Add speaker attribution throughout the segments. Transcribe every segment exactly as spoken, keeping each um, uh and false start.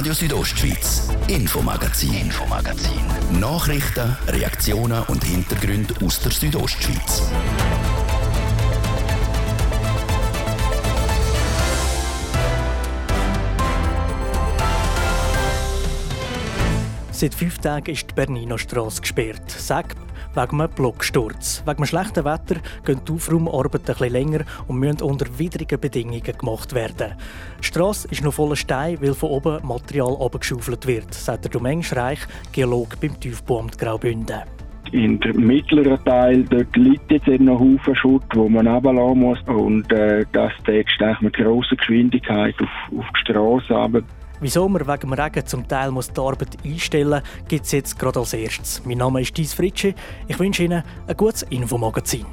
Speaker 1: Radio Südostschweiz, Infomagazin. Infomagazin. Nachrichten, Reaktionen und Hintergründe aus der Südostschweiz.
Speaker 2: Seit fünf Tagen ist die Berniner Strasse gesperrt. Sagt wegen einem Blocksturz. Wegen dem schlechten Wetter gehen die Aufraumarbeiten etwas länger und müssen unter widrigen Bedingungen gemacht werden. Die Strasse ist noch voller Steine, weil von oben Material abgeschaufelt wird, sagt der Domain Schreich, Geologe beim Tiefbauamt Graubünden.
Speaker 3: In der mittleren Teil dort liegt jetzt eben noch ein Haufen Schutt, wo man runterlassen muss. Und äh, das tägst eigentlich mit grosser Geschwindigkeit auf, auf die Strasse runter.
Speaker 2: Wieso man wegen dem Regen zum Teil muss die Arbeit einstellen muss, gibt es jetzt gerade als erstes. Mein Name ist Dies Fritschi. Ich wünsche Ihnen ein gutes Infomagazin.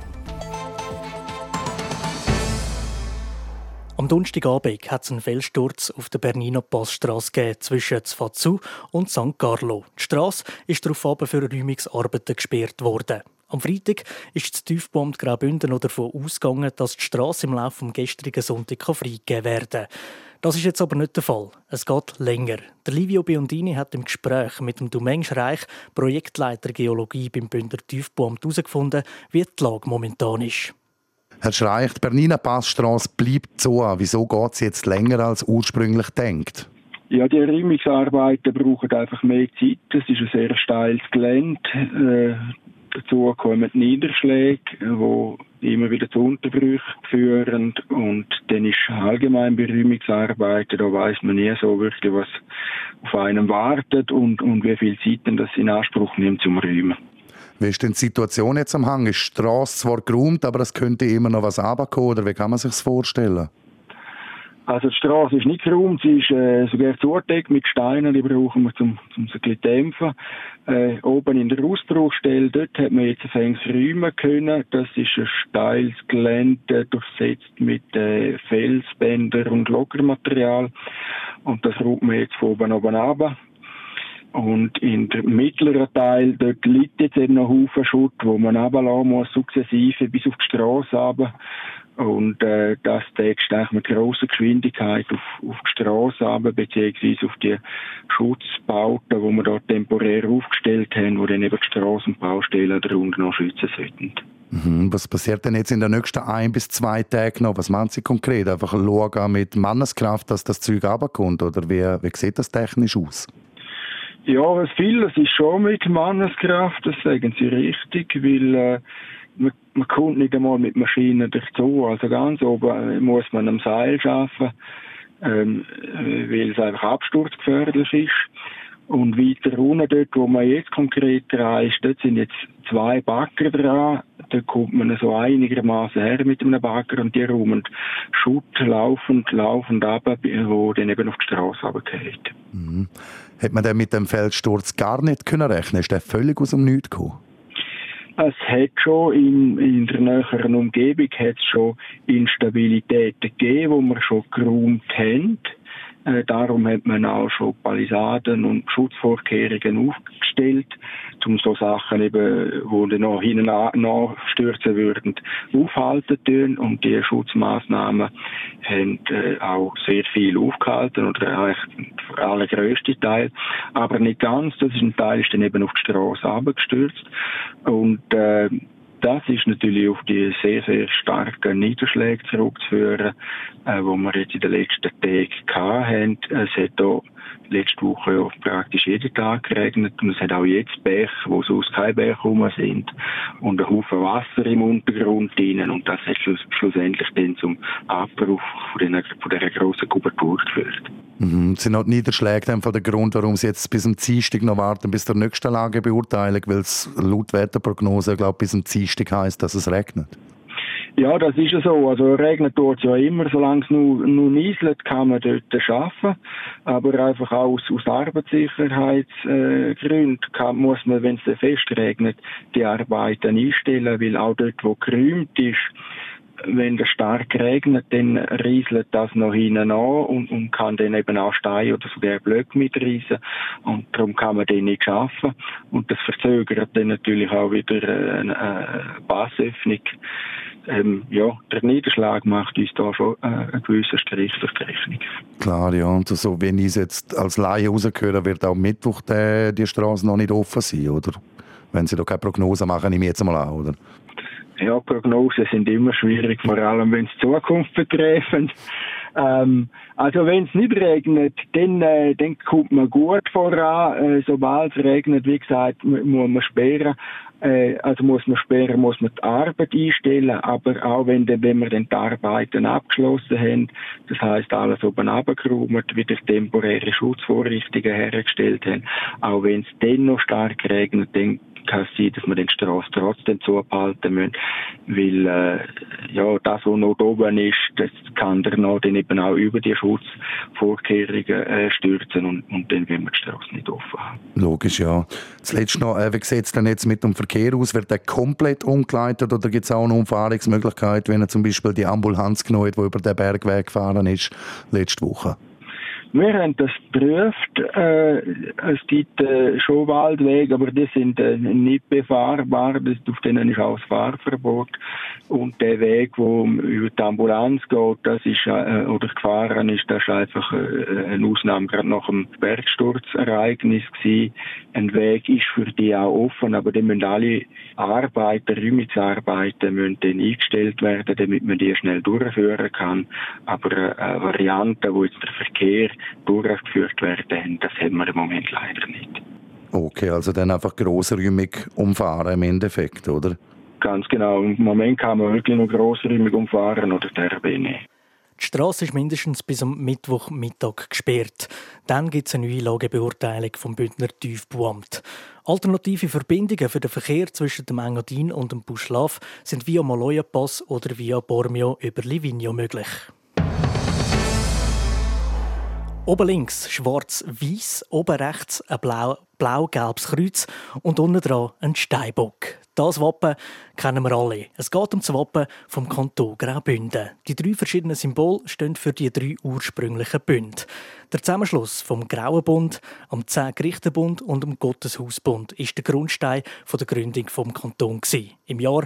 Speaker 2: Am Donnerstagabend hat es einen Felssturz auf der Berniner Passstrasse gegeben, zwischen Zfazu und Sankt Carlo. Die Strasse ist daraufhin für Räumungsarbeiten gesperrt worden. Am Freitag ist das Tiefbauamt Graubünden noch davon ausgegangen, dass die Strasse im Laufe des gestrigen Sonntags freigegeben werden kann. Das ist jetzt aber nicht der Fall. Es geht länger. Der Livio Biondini hat im Gespräch mit dem Domain Schreich, Projektleiter Geologie beim Bündner Tiefbauamt, herausgefunden, wie die Lage momentan ist.
Speaker 4: Herr Schreich, die Berniner Passstrasse bleibt so. Wieso geht es jetzt länger als ursprünglich gedacht?
Speaker 3: Ja, die Räumungsarbeiten brauchen einfach mehr Zeit. Es ist ein sehr steiles Gelände. Äh, dazu kommen Niederschläge, die immer wieder zu Unterbrüchen führen. Und dann ist allgemein bei Räumungsarbeiten, da weiss man nie so wirklich, was auf einem wartet und, und wie viel Zeit das in Anspruch nimmt zum Räumen.
Speaker 4: Wie ist denn die Situation jetzt am Hang? Ist die Strasse zwar geräumt, aber es könnte immer noch was runterkommen, oder wie kann man sich das vorstellen?
Speaker 3: Also die Strasse ist nicht geräumt, sie ist äh, sogar zugedeckt mit Steinen, die brauchen wir zum, zum so ein bisschen dämpfen. Äh, oben in der Ausbruchstelle, dort hat man jetzt ein räumen können. Das ist ein steiles Gelände, durchsetzt mit äh, Felsbändern und Lockermaterial. Und das räumt man jetzt von oben oben runter. Und in der mittleren Teil, dort liegt jetzt eben noch ein Haufen Schutt, wo man runterlassen muss, sukzessive bis auf die Strasse runter. Und äh, das tägst eigentlich mit grosser Geschwindigkeit auf, auf die Strasse runter, beziehungsweise auf die Schutzbauten, die wir dort temporär aufgestellt haben, die dann eben die Strassenbaustellen darunter noch schützen sollten.
Speaker 4: Mhm. Was passiert denn jetzt in den nächsten ein bis zwei Tagen noch? Was meinen Sie konkret? Einfach schauen mit Manneskraft, dass das Zeug runterkommt? Oder wie, wie sieht das technisch aus?
Speaker 3: Ja, vieles ist schon mit Manneskraft, das sagen Sie richtig, weil äh, man, man kommt nicht einmal mit Maschinen dazu. Also ganz oben muss man am Seil arbeiten, ähm, weil es einfach absturzgefährlich ist. Und weiter unten, dort, wo man jetzt konkret dran ist, dort sind jetzt zwei Bagger dran. Da kommt man so einigermaßen her mit einem Bagger und die räumen Schutt laufend, laufend ab, wo dann eben auf die Strasse runtergeht.
Speaker 4: Mhm. Hat man denn mit dem Felssturz gar nicht können rechnen? Ist der völlig aus dem Nichts gekommen?
Speaker 3: Es hat schon in, in der näheren Umgebung hat es schon Instabilitäten gegeben, die wir schon geräumt haben. Äh, darum hat man auch schon Palisaden und Schutzvorkehrungen aufgestellt, um so Sachen eben, die dann noch hinten nachstürzen würden, aufhalten tun. Und die Schutzmaßnahmen haben äh, auch sehr viel aufgehalten, oder eigentlich der allergrösste Teil. Aber nicht ganz, das ist ein Teil ist dann eben auf die Strasse runtergestürzt. Und äh, das ist natürlich auf die sehr, sehr starken Niederschläge zurückzuführen, äh, die wir jetzt in den letzten Tagen hatten. Es hat auch letzte Woche ja praktisch jeden Tag geregnet und es hat auch jetzt Bäche, wo sonst keine Bäche rum sind und ein Haufen Wasser im Untergrund drin und das hat schluss, schlussendlich dann zum Abbruch von dieser, von dieser grossen Kubatur geführt.
Speaker 4: Mhm. Sind noch die Niederschläge dann von der Grund, warum Sie jetzt bis zum Dienstag noch warten, bis der nächste Lagebeurteilung, weil es laut Wetterprognose, glaube bis zum Dienstag heisst, dass es regnet?
Speaker 3: Ja, das ist ja so. Also regnet dort ja immer, solange es nur, nur nieselt, kann man dort arbeiten. Aber einfach auch aus, aus Arbeitssicherheitsgründen äh, muss man, wenn es dann fest regnet, die Arbeiten einstellen, weil auch dort, wo geräumt ist, wenn es stark regnet, dann rieselt das noch hinten an und, und kann dann eben auch Steine oder sogar Blöcke mitreißen. Und darum kann man den nicht schaffen. Und das verzögert dann natürlich auch wieder eine, eine Passöffnung. ähm, ja, der Niederschlag macht uns da schon äh, einen gewissen Strich durch die Rechnung.
Speaker 4: Klar, ja. Und so, wenn ich es jetzt als Laie rausgehöre, wird auch am Mittwoch die, die Straße noch nicht offen sein, oder? Wenn Sie da keine Prognose machen, nehme ich jetzt mal an, oder?
Speaker 3: Ja, Prognosen sind immer schwierig, vor allem wenn es die Zukunft betreffen. Ähm, also wenn es nicht regnet, dann, äh, dann kommt man gut voran. Äh, sobald es regnet, wie gesagt, muss man sperren. Äh, also muss man sperren, muss man die Arbeit einstellen, aber auch wenn, wenn wir dann die Arbeiten abgeschlossen haben, das heisst alles oben runtergeräumt, wieder temporäre Schutzvorrichtungen hergestellt haben, auch wenn es dann noch stark regnet, dann kann es sein, dass wir den Strasse trotzdem zubehalten müssen, weil äh, ja, das, was noch oben ist, das kann der noch dann eben auch über die Schutzvorkehrungen äh, stürzen und, und dann will man die Strasse nicht offen haben.
Speaker 4: Logisch, ja. Zuletzt noch, äh, wie sieht es denn jetzt mit dem Verkehr aus? Wird der komplett umgeleitet oder gibt es auch eine Umfahrungsmöglichkeit, wenn er zum Beispiel die Ambulanz genommen hat, die über den Bergweg gefahren ist, letzte Woche?
Speaker 3: Wir haben das geprüft. Äh, es gibt äh, schon Waldwege, aber die sind äh, nicht befahrbar. Das, auf denen ist auch das Fahrverbot. Und der Weg, der über die Ambulanz geht, das ist, äh, oder gefahren ist, das ist einfach äh, eine Ausnahme gerade nach dem Bergsturzereignis gewesen. Ein Weg ist für die auch offen, aber die müssen alle Arbeiten, Räumungsarbeiten müssen dann eingestellt werden, damit man die schnell durchführen kann. Aber äh, eine Variante, wo jetzt der Verkehr durchgeführt werden, das haben wir im Moment leider nicht.
Speaker 4: Okay, also dann einfach grossräumig umfahren im Endeffekt, oder?
Speaker 3: Ganz genau. Im Moment kann man wirklich nur grossräumig umfahren oder der B N E.
Speaker 2: Die Strasse ist mindestens bis am Mittwochmittag gesperrt. Dann gibt es eine neue Lagebeurteilung vom Bündner Tiefbauamt. Alternative Verbindungen für den Verkehr zwischen dem Engadin und dem Buschlaf sind via Maloja-Pass oder via Bormio über Livigno möglich. Oben links schwarz-weiß, oben rechts ein blau, blau-gelbes Kreuz und unten dran ein Steinbock. Das Wappen kennen wir alle. Es geht um das Wappen vom Kanton Graubünden. Die drei verschiedenen Symbole stehen für die drei ursprünglichen Bünde. Der Zusammenschluss vom Grauenbund, am Zehn-Gerichten-Bund und dem Gotteshausbund ist der Grundstein der Gründung des Kantons im Jahr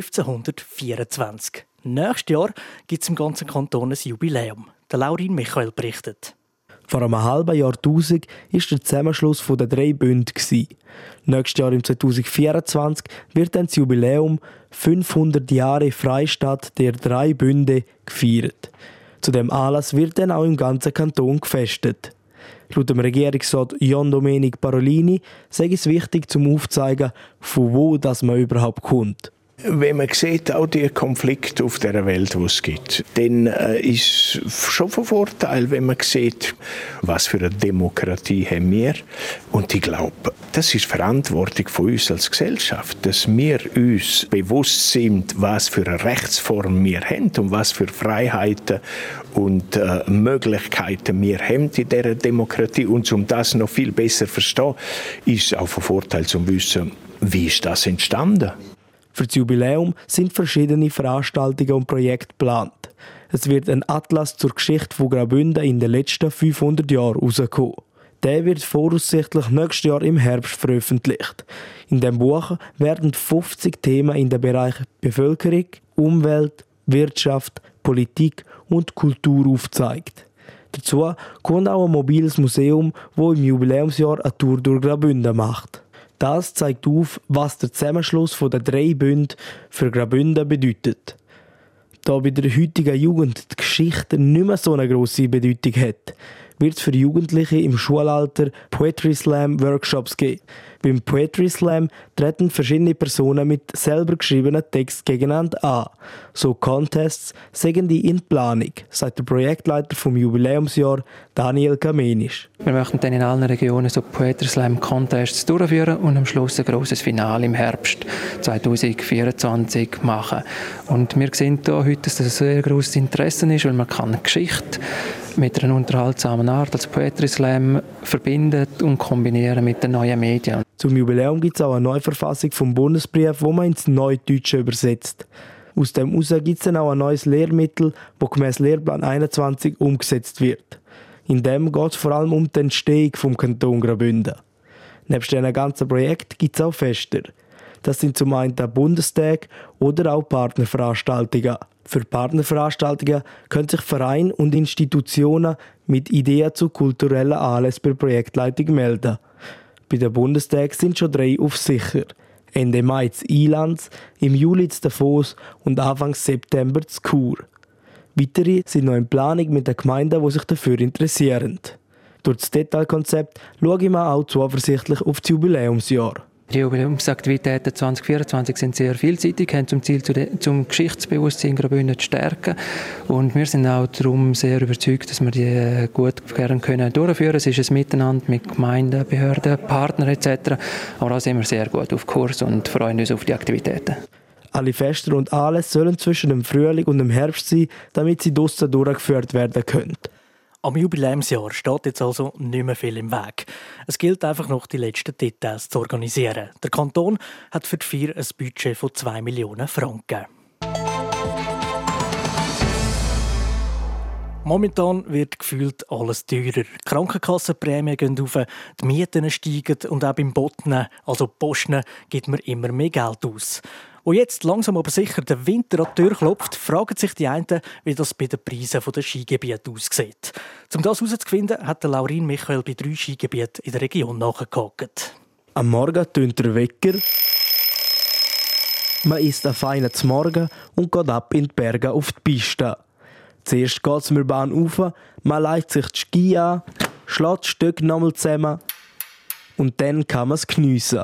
Speaker 2: fünfzehnhundertvierundzwanzig. Nächstes Jahr gibt es im ganzen Kanton ein Jubiläum. Der Laurin Michael berichtet.
Speaker 5: Vor einem halben Jahrtausend war der Zusammenschluss der drei Bünde. Nächstes Jahr im zweitausendvierundzwanzig wird dann das Jubiläum fünfhundert Jahre Freistaat der drei Bünde gefeiert. Zu dem Anlass wird dann auch im ganzen Kanton gefestet. Laut dem Regierungsrat Gian Domenico Parolini sei es wichtig, zum aufzuzeigen, von wo das man überhaupt kommt.
Speaker 6: Wenn man sieht, auch die Konflikte auf der Welt, die es gibt, dann äh, ist es schon von Vorteil, wenn man sieht, was für eine Demokratie haben wir. Und ich glaube, das ist Verantwortung von uns als Gesellschaft, dass wir uns bewusst sind, was für eine Rechtsform wir haben und was für Freiheiten und äh, Möglichkeiten wir haben in dieser Demokratie. Und um das noch viel besser zu verstehen, ist es auch von Vorteil zu wissen, wie ist das entstanden?
Speaker 5: Für das Jubiläum sind verschiedene Veranstaltungen und Projekte geplant. Es wird ein Atlas zur Geschichte von Graubünden in den letzten fünfhundert Jahren herauskommen. Der wird voraussichtlich nächstes Jahr im Herbst veröffentlicht. In dem Buch werden fünfzig Themen in den Bereichen Bevölkerung, Umwelt, Wirtschaft, Politik und Kultur aufgezeigt. Dazu kommt auch ein mobiles Museum, das im Jubiläumsjahr eine Tour durch Graubünden macht. Das zeigt auf, was der Zusammenschluss der drei Bünde für Graubünden bedeutet. Da bei der heutigen Jugend die Geschichte nicht mehr so eine grosse Bedeutung hat, wird es für Jugendliche im Schulalter Poetry Slam Workshops geben. Beim Poetry Slam treten verschiedene Personen mit selber geschriebenen Texten gegeneinander an. So Contests sägen die in Planung, sagt der Projektleiter vom Jubiläumsjahr Daniel Kamenisch.
Speaker 7: Wir möchten dann in allen Regionen so Poetry Slam Contests durchführen und am Schluss ein grosses Finale im Herbst zweitausendvierundzwanzig machen. Und wir sehen hier heute, dass das ein sehr grosses Interesse ist, weil man kann Geschichte mit einer unterhaltsamen Art als Poetry Slam verbinden und kombinieren mit den neuen Medien.
Speaker 5: Zum Jubiläum gibt es auch eine Neuverfassung vom Bundesbrief, wo man ins Neudeutsche übersetzt. Aus dem heraus gibt es dann auch ein neues Lehrmittel, das gemäss Lehrplan einundzwanzig umgesetzt wird. In dem geht es vor allem um die Entstehung vom Kanton Graubünden. Neben diesem ganzen Projekt gibt es auch Feste. Das sind zum einen der Bundestag oder auch Partnerveranstaltungen. Für Partnerveranstaltungen können sich Vereine und Institutionen mit Ideen zu kulturellen Anlässen bei der Projektleitung melden. Bei der Bundestag sind schon drei auf sicher. Ende Mai zu Ilanz, im Juli zu Davos und Anfang September zu Chur. Weitere sind noch in Planung mit den Gemeinden, die sich dafür interessieren. Durch das Detailkonzept schaue ich auch zuversichtlich auf das Jubiläumsjahr.
Speaker 7: Die Jubiläumsaktivitäten zwanzig vierundzwanzig sind sehr vielseitig, haben zum Ziel, zum Geschichtsbewusstsein Graubünden zu stärken. Und wir sind auch darum sehr überzeugt, dass wir die gut durchführen können. Es ist ein Miteinander mit Gemeinden, Behörden, Partnern et cetera. Aber da sind wir sehr gut auf Kurs und freuen uns auf die Aktivitäten.
Speaker 5: Alle Feste und Anlässe sollen zwischen dem Frühling und dem Herbst sein, damit sie draussen durchgeführt werden können.
Speaker 2: Am Jubiläumsjahr steht jetzt also nicht mehr viel im Weg. Es gilt einfach noch, die letzten Details zu organisieren. Der Kanton hat für die Feier ein Budget von zwei Millionen Franken. Momentan wird gefühlt alles teurer. Die Krankenkassenprämien gehen rauf, die Mieten steigen und auch beim Botnen, also Posten, gibt man immer mehr Geld aus. Wo jetzt langsam aber sicher der Winter an die Tür klopft, fragen sich die einen, wie das bei den Preisen der Skigebiete aussieht. Um das herauszufinden, hat der Laurin Michael bei drei Skigebieten in der Region nachgehakt.
Speaker 5: Am Morgen tönt der Wecker. Man isst einen feinen Morgen und geht ab in die Berge auf die Piste. Zuerst geht es mit der Bahn rauf, man legt sich die Ski an, schlägt die Stöcke nochmal zusammen und dann kann man es geniessen.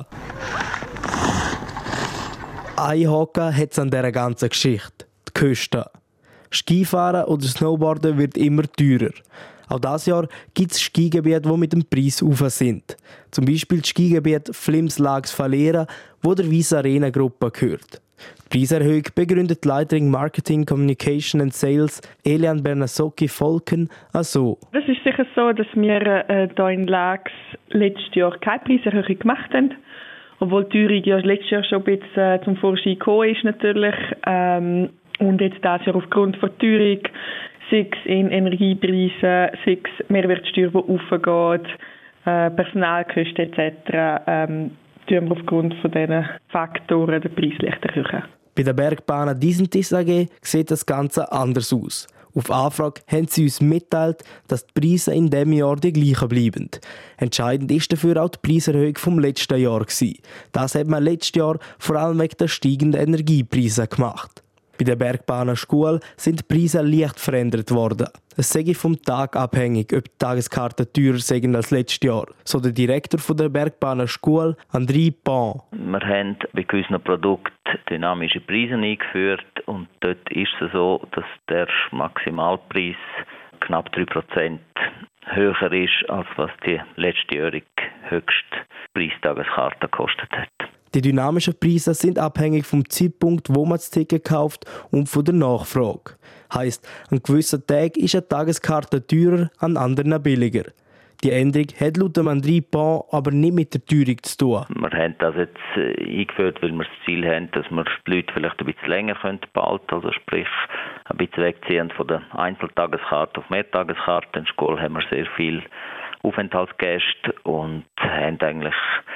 Speaker 5: Ein Haken hat es an dieser ganzen Geschichte: die Kosten. Skifahren oder Snowboarden wird immer teurer. Auch dieses Jahr gibt es Skigebiete, die mit dem Preis rauf sind. Zum Beispiel das Skigebiet Flims-Lags-Valera, wo der Weiss Arena Gruppe gehört. Die Preiserhöhung begründet die Leiterin Marketing, Communication and Sales Elian Bernasocchi-Volken so.
Speaker 8: Es ist sicher so, dass wir äh, hier in Lags letztes Jahr keine Preiserhöhung gemacht haben. Obwohl die Teuerung ja letztes Jahr schon ein bisschen äh, zum Vorschein gekommen ist natürlich. Ähm, und jetzt dieses Jahr aufgrund der Teuerung, sei es in Energiepreisen, sei es Mehrwertsteuer, die aufgeht, äh, Personalkosten et cetera, ähm, tun wir aufgrund von diesen Faktoren den Preis leicht erhöhen.
Speaker 5: Bei der Bergbahn Disentis A G sieht das Ganze anders aus. Auf Anfrage haben sie uns mitteilt, dass die Preise in diesem Jahr die gleichen bleiben. Entscheidend ist dafür auch die Preiserhöhung vom letzten Jahr gewesen. Das hat man letztes Jahr vor allem wegen der steigenden Energiepreise gemacht. Bei der Bergbahnerschule sind die Preise leicht verändert worden. Es sei vom Tag abhängig, ob die Tageskarten teurer sind als letztes Jahr. So der Direktor der Bergbahnerschule, André Pan.
Speaker 9: Wir haben bei gewissen Produkten dynamische Preise eingeführt und dort ist es so, dass der Maximalpreis knapp drei Prozent höher ist, als was die letztjährige höchste Preistageskarte gekostet hat.
Speaker 5: Die dynamischen Preise sind abhängig vom Zeitpunkt, wo man das Ticket kauft und von der Nachfrage. Heisst, an gewissen Tagen ist eine Tageskarte teurer, an anderen billiger. Die Änderung hat laut André Pan aber nicht mit der Teuerung zu tun.
Speaker 9: Wir haben das jetzt eingeführt, weil wir das Ziel haben, dass wir die Leute vielleicht ein bisschen länger behalten können. Also sprich, ein bisschen wegziehen von der Einzeltageskarte auf Mehrtageskarte. In der Schule haben wir sehr viele Aufenthaltsgäste und haben eigentlich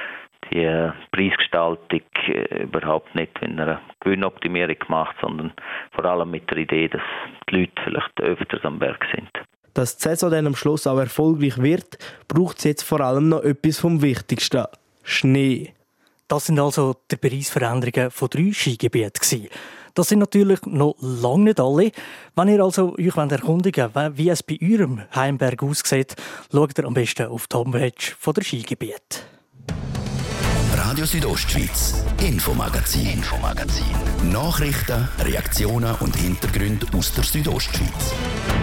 Speaker 9: die Preisgestaltung überhaupt nicht in einer Gewinnoptimierung gemacht, sondern vor allem mit der Idee, dass die Leute vielleicht öfters am Berg sind.
Speaker 5: Dass die Saison dann am Schluss auch erfolgreich wird, braucht es jetzt vor allem noch etwas vom Wichtigsten: Schnee.
Speaker 2: Das sind also die Preisveränderungen von drei Skigebieten. Das sind natürlich noch lange nicht alle. Wenn ihr also euch erkundigen wollt, wie es bei eurem Heimberg aussieht, schaut ihr am besten auf die Homepage der Skigebiete.
Speaker 1: Radio Südostschweiz, Infomagazin. Infomagazin. Nachrichten, Reaktionen und Hintergründe aus der Südostschweiz.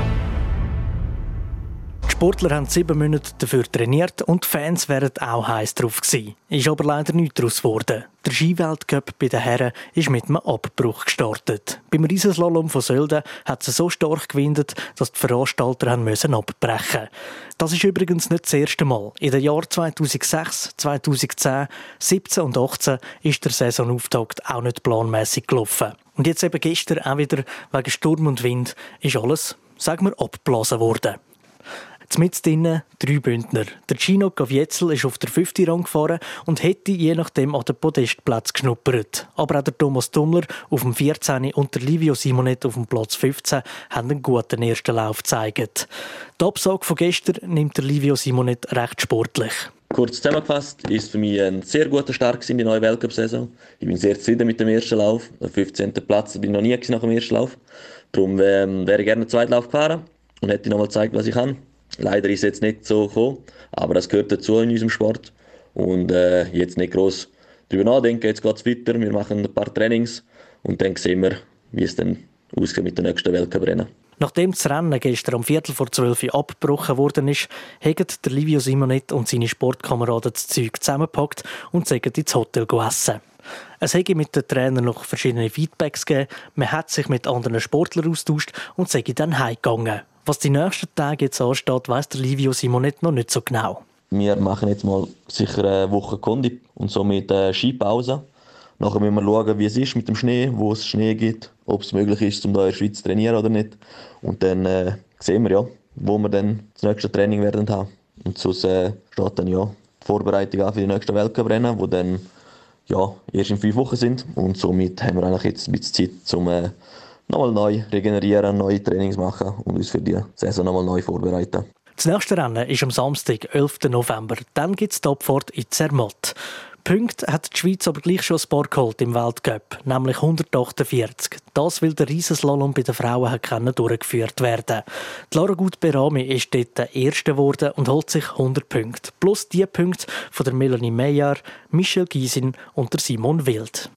Speaker 2: Die Sportler haben sieben Monate dafür trainiert und die Fans wären auch heiß drauf gewesen. Ist aber leider nichts daraus geworden. Der Skiweltcup bei den Herren ist mit einem Abbruch gestartet. Beim Riesenslalom von Sölden hat es so stark gewindet, dass die Veranstalter haben müssen abbrechen mussten. Das ist übrigens nicht das erste Mal. In den Jahren zweitausendsechs, zweitausendzehn, siebzehn und achtzehn ist der Saisonauftakt auch nicht planmäßig gelaufen. Und jetzt eben gestern auch wieder wegen Sturm und Wind ist alles, sagen wir, abgeblasen worden. Zmitzt drinnen drei Bündner. Der Gino Gavietzel ist auf der fünften Rang gefahren und hätte je nachdem an den Podestplatz geschnuppert. Aber auch der Thomas Tummler auf dem vierzehn und der Livio Simonet auf dem Platz fünfzehn haben einen guten ersten Lauf gezeigt. Die Absage von gestern nimmt der Livio Simonet recht sportlich.
Speaker 10: Kurz zusammengefasst, ist für mich ein sehr guter Start in die neue Weltcup-Saison. Ich bin sehr zufrieden mit dem ersten Lauf. Der fünfzehnten Platz bin ich noch nie nach dem ersten Lauf. Darum ähm, wäre ich gerne den zweiten Lauf gefahren und hätte noch mal gezeigt, was ich kann. Leider ist es jetzt nicht so gekommen, aber das gehört dazu in unserem Sport. Und äh, jetzt nicht gross darüber nachdenken, jetzt geht es weiter. Wir machen ein paar Trainings und dann sehen wir, wie es dann ausgeht mit den nächsten Weltcup-Rennen.
Speaker 2: Nachdem das Rennen gestern um Viertel vor zwölf abgebrochen worden ist, haben der Livio Simonet und seine Sportkameraden das Zeug zusammengepackt und sind ins Hotel essen. Es hätte mit den Trainern noch verschiedene Feedbacks gegeben, man hat sich mit anderen Sportlern austauscht und sei dann heimgegangen. Was die nächsten Tage jetzt ansteht, weiss der Livio Simonet noch nicht so genau.
Speaker 10: Wir machen jetzt mal sicher eine Woche Kondi und somit eine Skipause. Nachher müssen wir schauen, wie es ist mit dem Schnee, wo es Schnee gibt, ob es möglich ist, um hier in der Schweiz zu trainieren oder nicht. Und dann äh, sehen wir, ja, wo wir dann das nächste Training werden haben. Und sonst äh, steht dann ja die Vorbereitung an für die nächsten Weltcup-Rennen, die dann ja, erst in fünf Wochen sind. Und somit haben wir eigentlich jetzt ein bisschen Zeit, um äh, nochmal neu regenerieren, neue Trainings machen und uns für die Saison nochmal neu vorbereiten.
Speaker 2: Das nächste Rennen ist am Samstag, elften November. Dann gibt es die Abfahrt in Zermatt. Punkte hat die Schweiz aber gleich schon ein paar geholt im Weltcup, nämlich hundertachtundvierzig. Das, weil der Riesenslalom bei den Frauen hat können durchgeführt werden. Die Lara Gut-Berami ist dort der Erste geworden und holt sich hundert Punkte. Plus die Punkte von der Melanie Meyer, Michelle Gysin und der Simon Wild.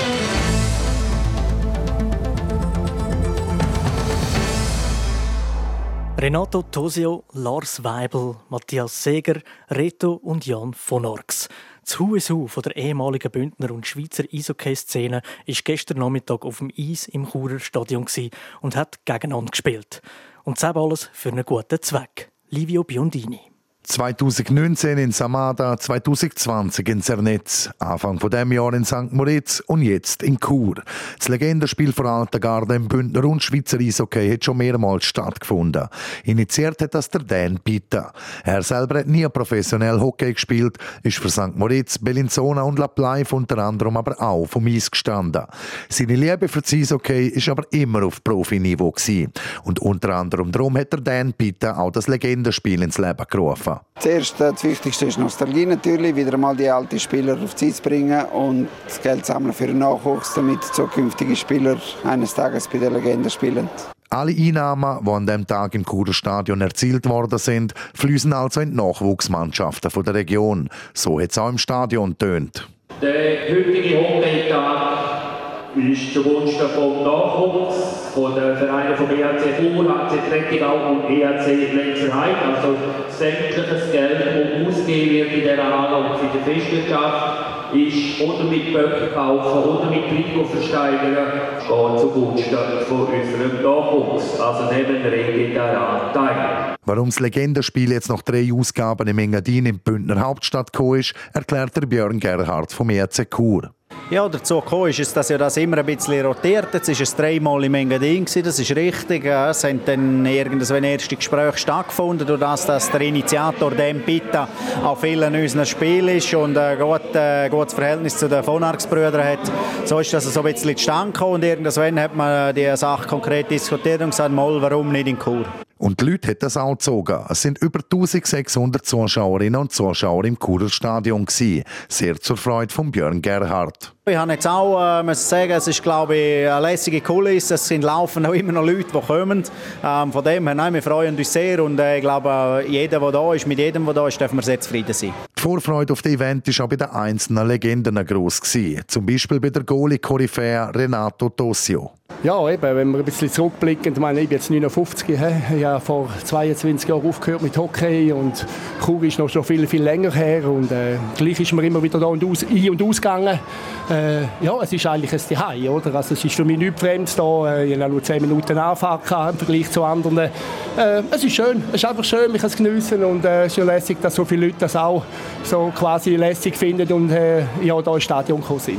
Speaker 2: Renato Tosio, Lars Weibel, Matthias Seger, Reto und Jan von Orx. Das Who is Who von der ehemaligen Bündner und Schweizer Eishockey-Szene war gestern Nachmittag auf dem Eis im Churer Stadion und hat gegeneinander gespielt. Und das alles für einen guten Zweck. Livio Biondini.
Speaker 4: zwanzig neunzehn in Samada, zwanzig zwanzig in Zernetz, Anfang von dem Jahr in Sankt Moritz und jetzt in Chur. Das Legendenspiel von Alten Garde im Bündner und Schweizer Eishockey hat schon mehrmals stattgefunden. Initiiert hat das der Dan Pitta. Er selber hat nie professionell Hockey gespielt, ist für Sankt Moritz, Bellinzona und La Plaife unter anderem aber auch vom Eis gestanden. Seine Liebe für das Eishockey ist aber immer auf Profiniveau gewesen. Und unter anderem darum hat der Dan Pitta auch das Legendenspiel ins Leben gerufen.
Speaker 11: Zuerst, das Wichtigste ist Nostalgie natürlich, wieder einmal die alten Spieler auf die Eis bringen und das Geld sammeln für den Nachwuchs, damit zukünftige Spieler eines Tages bei der Legende spielen.
Speaker 4: Alle Einnahmen, die an diesem Tag im Churer Stadion erzielt worden sind, fließen also in die Nachwuchsmannschaften der Region. So hat es auch im Stadion getönt.
Speaker 12: Der heutige Hockeytag ist zugunsten vom Nachwuchs, von den Vereinen vom E H C Chur, H C Trettigau und E H C Lenzerheim. Also sämtliches Geld, das ausgegeben wird in dieser Anlage für die Festwirtschaft, ist oder mit Böcken kaufen oder mit Trikot versteigern, geht zugunsten von unserem Nachwuchs. Also nehmen wir in daran teil.
Speaker 4: Warum das Legendenspiel jetzt nach drei Ausgaben im Engadin in die Bündner Hauptstadt gekommen ist, erklärt der Björn Gerhardt vom E H C Chur.
Speaker 13: Ja, dazu gekommen ist, dass ja das immer ein bisschen rotiert. Jetzt war es dreimal im Engadin, das ist richtig. Es haben dann irgendwann erste Gespräche stattgefunden, durch das, dass der Initiator Dan Pitta auf vielen unserer Spielen ist und ein gut, äh, gutes Verhältnis zu den von Arx-Brüdern hat. So ist das so ein bisschen zustande gekommen und irgendwann hat man die Sache konkret diskutiert und gesagt, mal, warum nicht in Chur?
Speaker 4: Und die Leute haben das auch gezogen. Es sind über eintausendsechshundert Zuschauerinnen und Zuschauer im Churer Stadion gewesen. Sehr zur Freude von Björn Gerhardt.
Speaker 13: Ich habe jetzt auch äh, müssen sagen, es ist, glaube ich, eine lässige Kulisse. Es sind laufen auch immer noch Leute, die kommen. Ähm, von dem her, nein, wir freuen uns sehr und äh, ich glaube, jeder, der da ist, mit jedem, der da ist, dürfen wir sehr zufrieden sein.
Speaker 4: Die Vorfreude auf das Event war auch bei den einzelnen Legenden gross gewesen. Zum Beispiel bei der Goalie-Koryphäe Renato Tosio.
Speaker 14: Ja, eben, wenn wir ein bisschen zurückblicken, ich meine, ich bin jetzt neunundfünfzig, ich habe vor zweiundzwanzig Jahren aufgehört mit Hockey und Chur ist noch schon viel, viel länger her und äh, gleich ist man immer wieder da und aus, ein- und ausgegangen. Äh, ja, es ist eigentlich ein Zuhause, oder? Also es ist für mich nichts Fremdes da, ich habe nur zehn Minuten Anfahrt gehabt, im Vergleich zu anderen. Äh, es ist schön, es ist einfach schön, ich kann es geniessen und äh, es ist ja lässig, dass so viele Leute das auch so quasi lässig finden und äh, ja, da ins Stadion gekommen sind.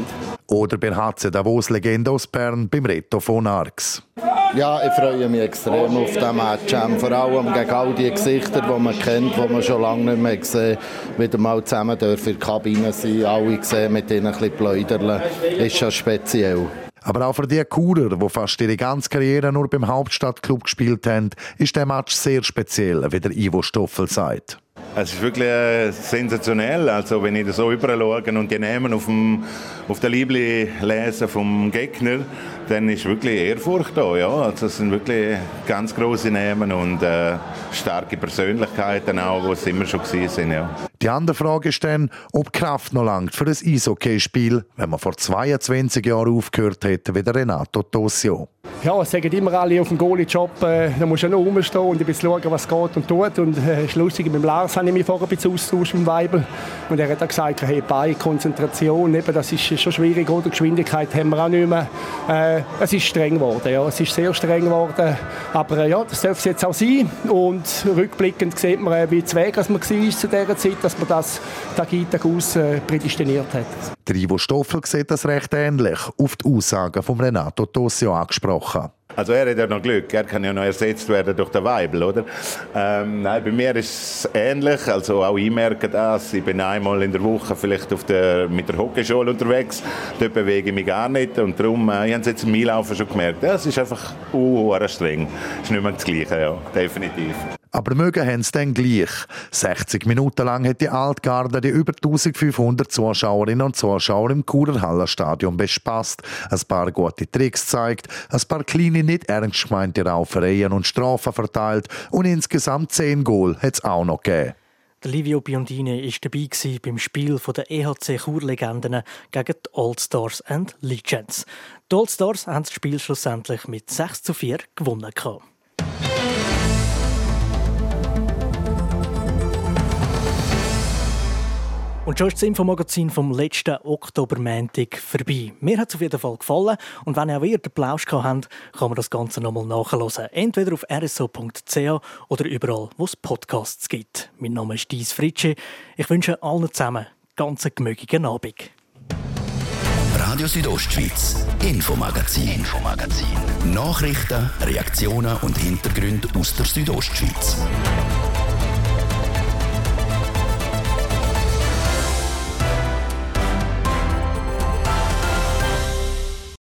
Speaker 4: Oder bei H C Davos-Legende aus Bern beim Reto von Arx.
Speaker 15: Ja, ich freue mich extrem auf diesen Match. Vor allem gegen all die Gesichter, die man kennt, die man schon lange nicht mehr gesehen hat. Wieder mal zusammen dürfen in der Kabine sein, alle sehen, mit ihnen ein bisschen pläudern. Ist schon speziell.
Speaker 4: Aber auch für die Churer, die fast ihre ganze Karriere nur beim Hauptstadtklub gespielt haben, ist der Match sehr speziell, wie der Ivo Stoffel sagt.
Speaker 16: Es ist wirklich äh, sensationell. Also, wenn ich da so überall schaue und die Namen auf, dem, auf der Liebli lese vom Gegner, dann ist wirklich Ehrfurcht da. Ja. Also, es sind wirklich ganz grosse Namen und äh, starke Persönlichkeiten auch, die es immer schon waren. Ja.
Speaker 4: Die andere Frage ist dann, ob Kraft noch langt für ein Eishockeyspiel, wenn man vor zweiundzwanzig Jahren aufgehört hätte wie der Renato Tossio.
Speaker 14: Ja, es sagen immer alle auf dem Goalie-Job, äh, da musst du ja nur rumstehen und ein bisschen schauen, was geht und tut. Und äh, ist lustig, mit dem Lars habe ich mich vorher ein bisschen austauscht mit dem Weibel. Und er hat auch gesagt, hey, Bein, Konzentration, eben, das ist schon schwierig, oder? Geschwindigkeit haben wir auch nicht mehr. Äh, es ist streng geworden, ja, es ist sehr streng geworden. Aber äh, ja, das darf es jetzt auch sein. Und rückblickend sieht man, äh, wie zu Weg man war zu dieser Zeit, dass man das Tag ein, Tag aus äh, prädestiniert hat.
Speaker 4: Der Ivo Stoffel sieht das recht ähnlich, auf die Aussagen von Renato Tossio angesprochen.
Speaker 16: Also er hat ja noch Glück, er kann ja noch ersetzt werden durch den Weibel, oder? Ähm, nein, bei mir ist es ähnlich, also auch ich merke das. Ich bin einmal in der Woche vielleicht auf der, mit der Hockeyschule unterwegs, dort bewege ich mich gar nicht und darum, äh, ich habe es jetzt im Einlaufen schon gemerkt, ja, es ist einfach uh, streng, es ist nicht mehr das Gleiche, ja, definitiv.
Speaker 4: Aber mögen haben es dann gleich. sechzig Minuten lang hat die Altgarde die über eintausendfünfhundert Zuschauerinnen und Zuschauer im Churer Hallenstadion bespaßt, ein paar gute Tricks gezeigt, ein paar kleine, nicht ernst gemeinte Raufereien und Strafen verteilt und insgesamt zehn Goal hat es auch noch gegeben.
Speaker 2: Der Livio Biondini war dabei beim Spiel der E H C Chur-Legenden gegen die All-Stars and Legends. Die All-Stars haben das Spiel schlussendlich mit sechs zu vier gewonnen. Und schon ist das Infomagazin vom letzten Oktobermontag vorbei. Mir hat es auf jeden Fall gefallen. Und wenn ihr auch ihr den Plausch gehabt habt, kann man das Ganze nochmal nachhören. Entweder auf r s o punkt c h oder überall, wo es Podcasts gibt. Mein Name ist Dies Fritschi. Ich wünsche allen zusammen ganz einen gemögigen Abend.
Speaker 1: Radio Südostschweiz, Infomagazin. Infomagazin. Nachrichten, Reaktionen und Hintergründe aus der Südostschweiz.